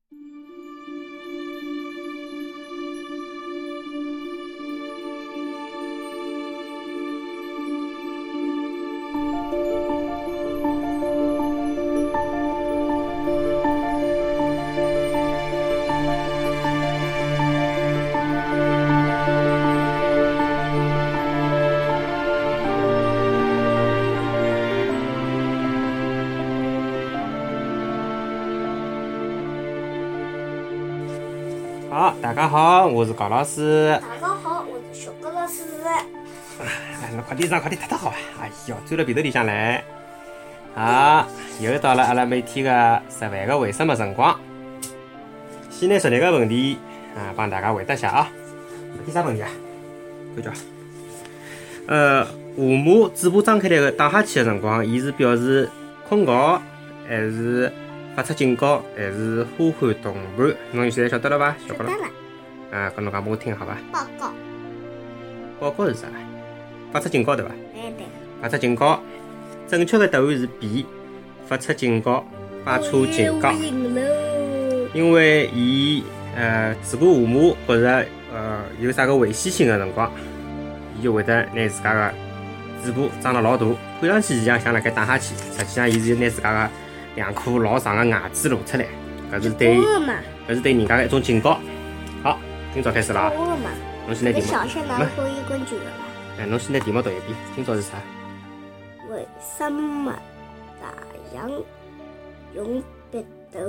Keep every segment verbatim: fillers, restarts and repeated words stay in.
好，大家好，我是高老师。 大家好，我是小高老师。 哎，那快点上，快点踏踏好啊！哎哟，钻到鼻头里向来。好，又到了阿拉每天的十万个为什么辰光。先拿十六个问题啊，帮大家回答下啊。第啥问题啊？看叫。呃，蛤蟆嘴巴张开来个打哈欠的辰光，伊是表示困觉，还是发出警告，还是呼唤同伴？侬现在晓得了吧？晓得了。啊，跟侬讲，拨我听好吧？ 报告。 报告是啥？发出警告对吧？ 哎对。 发出警告，正确的答案是 B。发出警告，发出警告。因为伊呃，如果蛤蟆觉着呃有啥个危险性的辰光，伊就会得拿自家个嘴巴张得老大，看上去像像辣盖打哈欠，实际上伊是拿自家个两颗老长的牙齿露出来，搿是对，搿是对人家的一种警告。好，今朝开始了啊！侬先拿题目。 小学拿过一根卷吧？ 哎，侬先拿题目读一遍。今朝是啥？ 为什么大象用鼻头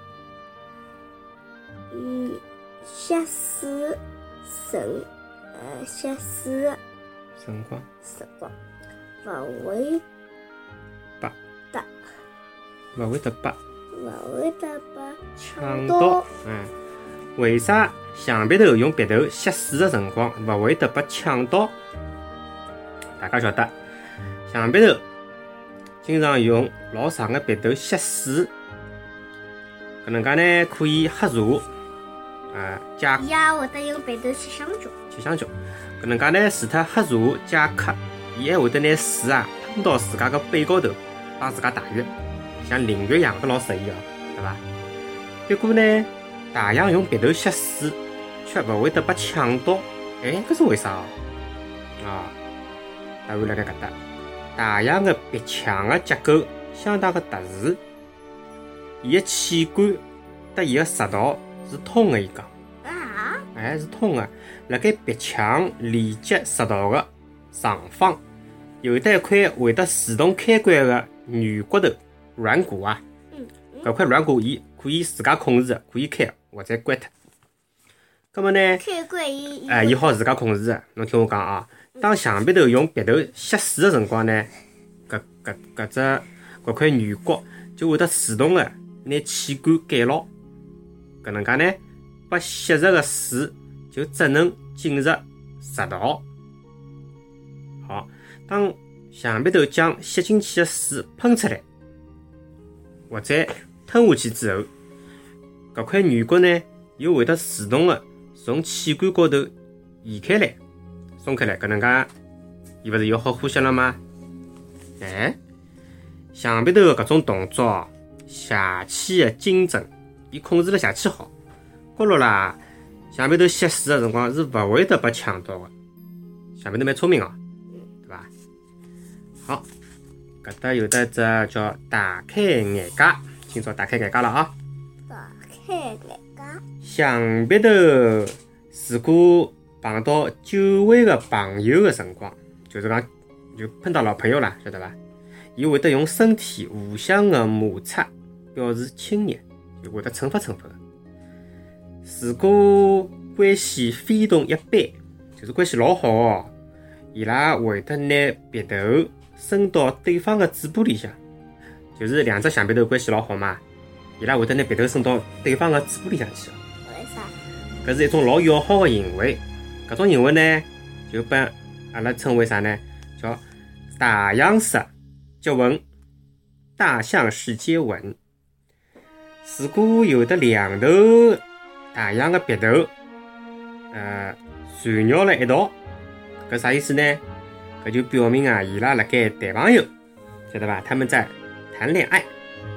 嗯吸水神呃吸水辰光？ 辰光勿会把得勿会得把勿会得把抢到。嗯，为啥象鼻头用鼻头吸水的辰光勿会得被抢到？大家晓得，象鼻头经常用老长的鼻头吸水，搿能介呢可以喝茶，啊解。 伊也会得用鼻头吸香蕉。 吸香蕉，搿能介呢除脱喝茶解渴，伊还会得拿水啊喷到自家个背高头，帮自家汏浴，像淋浴一样，搿老适宜哦，对伐？结果呢，大象用鼻头吸水，却勿会得被抢到，哎，搿是为啥哦？啊，答案辣盖搿搭。大象的鼻腔的结构相当的特殊，伊的气管和伊的食道是通的。伊讲， 啊， 哎，是通的。辣盖鼻腔连接食道的上方，有得一块会得自动开关的软骨头软骨啊。 嗯， 搿块软骨伊可以自家控制，可以开或者关脱。葛末呢？ 开关伊哎，伊好自家控制的。侬听我讲啊。当象鼻头用鼻头吸水的辰光呢，搿搿搿只搿块软骨就会得自动的拿气管盖牢，搿能介呢，把吸入的水就只能进入食道。好，当象鼻头将吸进去的水喷出来，或者吞下去之后，搿块软骨呢又会得自动的从气管高头移开来。松开来，搿能介，伊勿是又好呼吸了吗？哎，象鼻头的搿种动作，下气的精准，伊控制了下气好。觉着啦，象鼻头吸水的辰光是勿会得被抢到的。象鼻头蛮聪明哦，对伐？好，搿搭有得只叫打开眼界，今朝打开眼界了啊！ 打开眼界。 象鼻头如果碰到久违的朋友的辰光，就是讲就碰到老朋友啦，晓得伐？伊会得用身体互相的摩擦表示亲热，就会得蹭发蹭发的。如果关系非同一般，就是关系老好哦，伊拉会得拿鼻头伸到对方的嘴巴里向，就是两只象鼻头关系老好嘛，伊拉会得拿鼻头伸到对方的嘴巴里向去。 为啥？ 搿是一种老要好的行为。搿种行为呢，就被阿拉称为啥呢？叫大象式接吻，大象式接吻。如果有的两头大象的鼻头，呃，缠绕了一道，搿啥意思呢？搿就表明啊，伊拉辣盖谈朋友，晓得伐？他们在谈恋爱。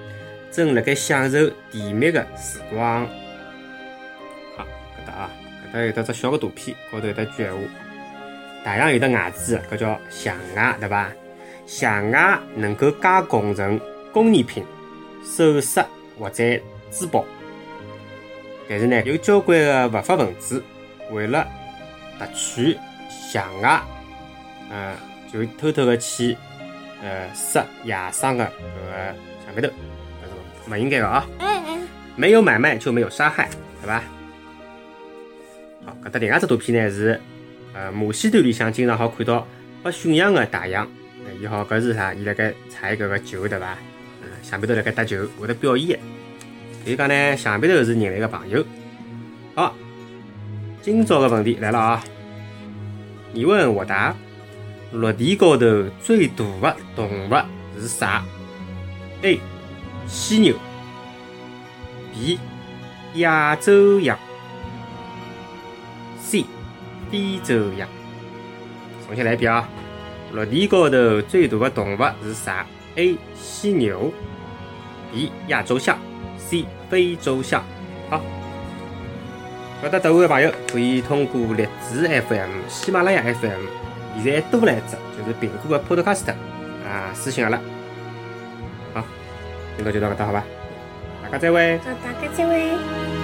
正辣盖享受甜蜜的时光。好，搿搭啊，搿搭有得只小个图片，高头有得句闲话。大象有得牙齿，搿叫象牙，对伐？象牙能够加工成工艺品、首饰或者珠宝。但是呢，有交关个不法分子为了夺取象牙，呃，就偷偷的去呃杀野生的搿个象鼻头，搿是勿应该的啊！ 哎哎， 没有买卖就没有杀害，对伐？好，搿搭另外只图片呢是呃马戏团里向经常好看到被驯养的大象，伊好搿是啥？伊辣盖踩搿个球，对伐？呃，象鼻头辣盖搭球，会得表演的。所以讲呢，象鼻头是人类的朋友。好，今朝的问题来了啊！你问我答，陆地高头最大的动物是啥 ？A. 犀牛 B. 亚洲羊 C. 非洲羊。重新来一遍啊！陆地高头最大的动物是啥 ？A. 犀牛 B. 亚洲象 C. 非洲象。好，晓得答案的朋友可以通过荔枝 F M、喜马拉雅 F M， 现在多了一只就是苹果的 Podcast 啊，私信阿拉。好，今朝就到搿搭好吧？大家再会。 好，大家再会。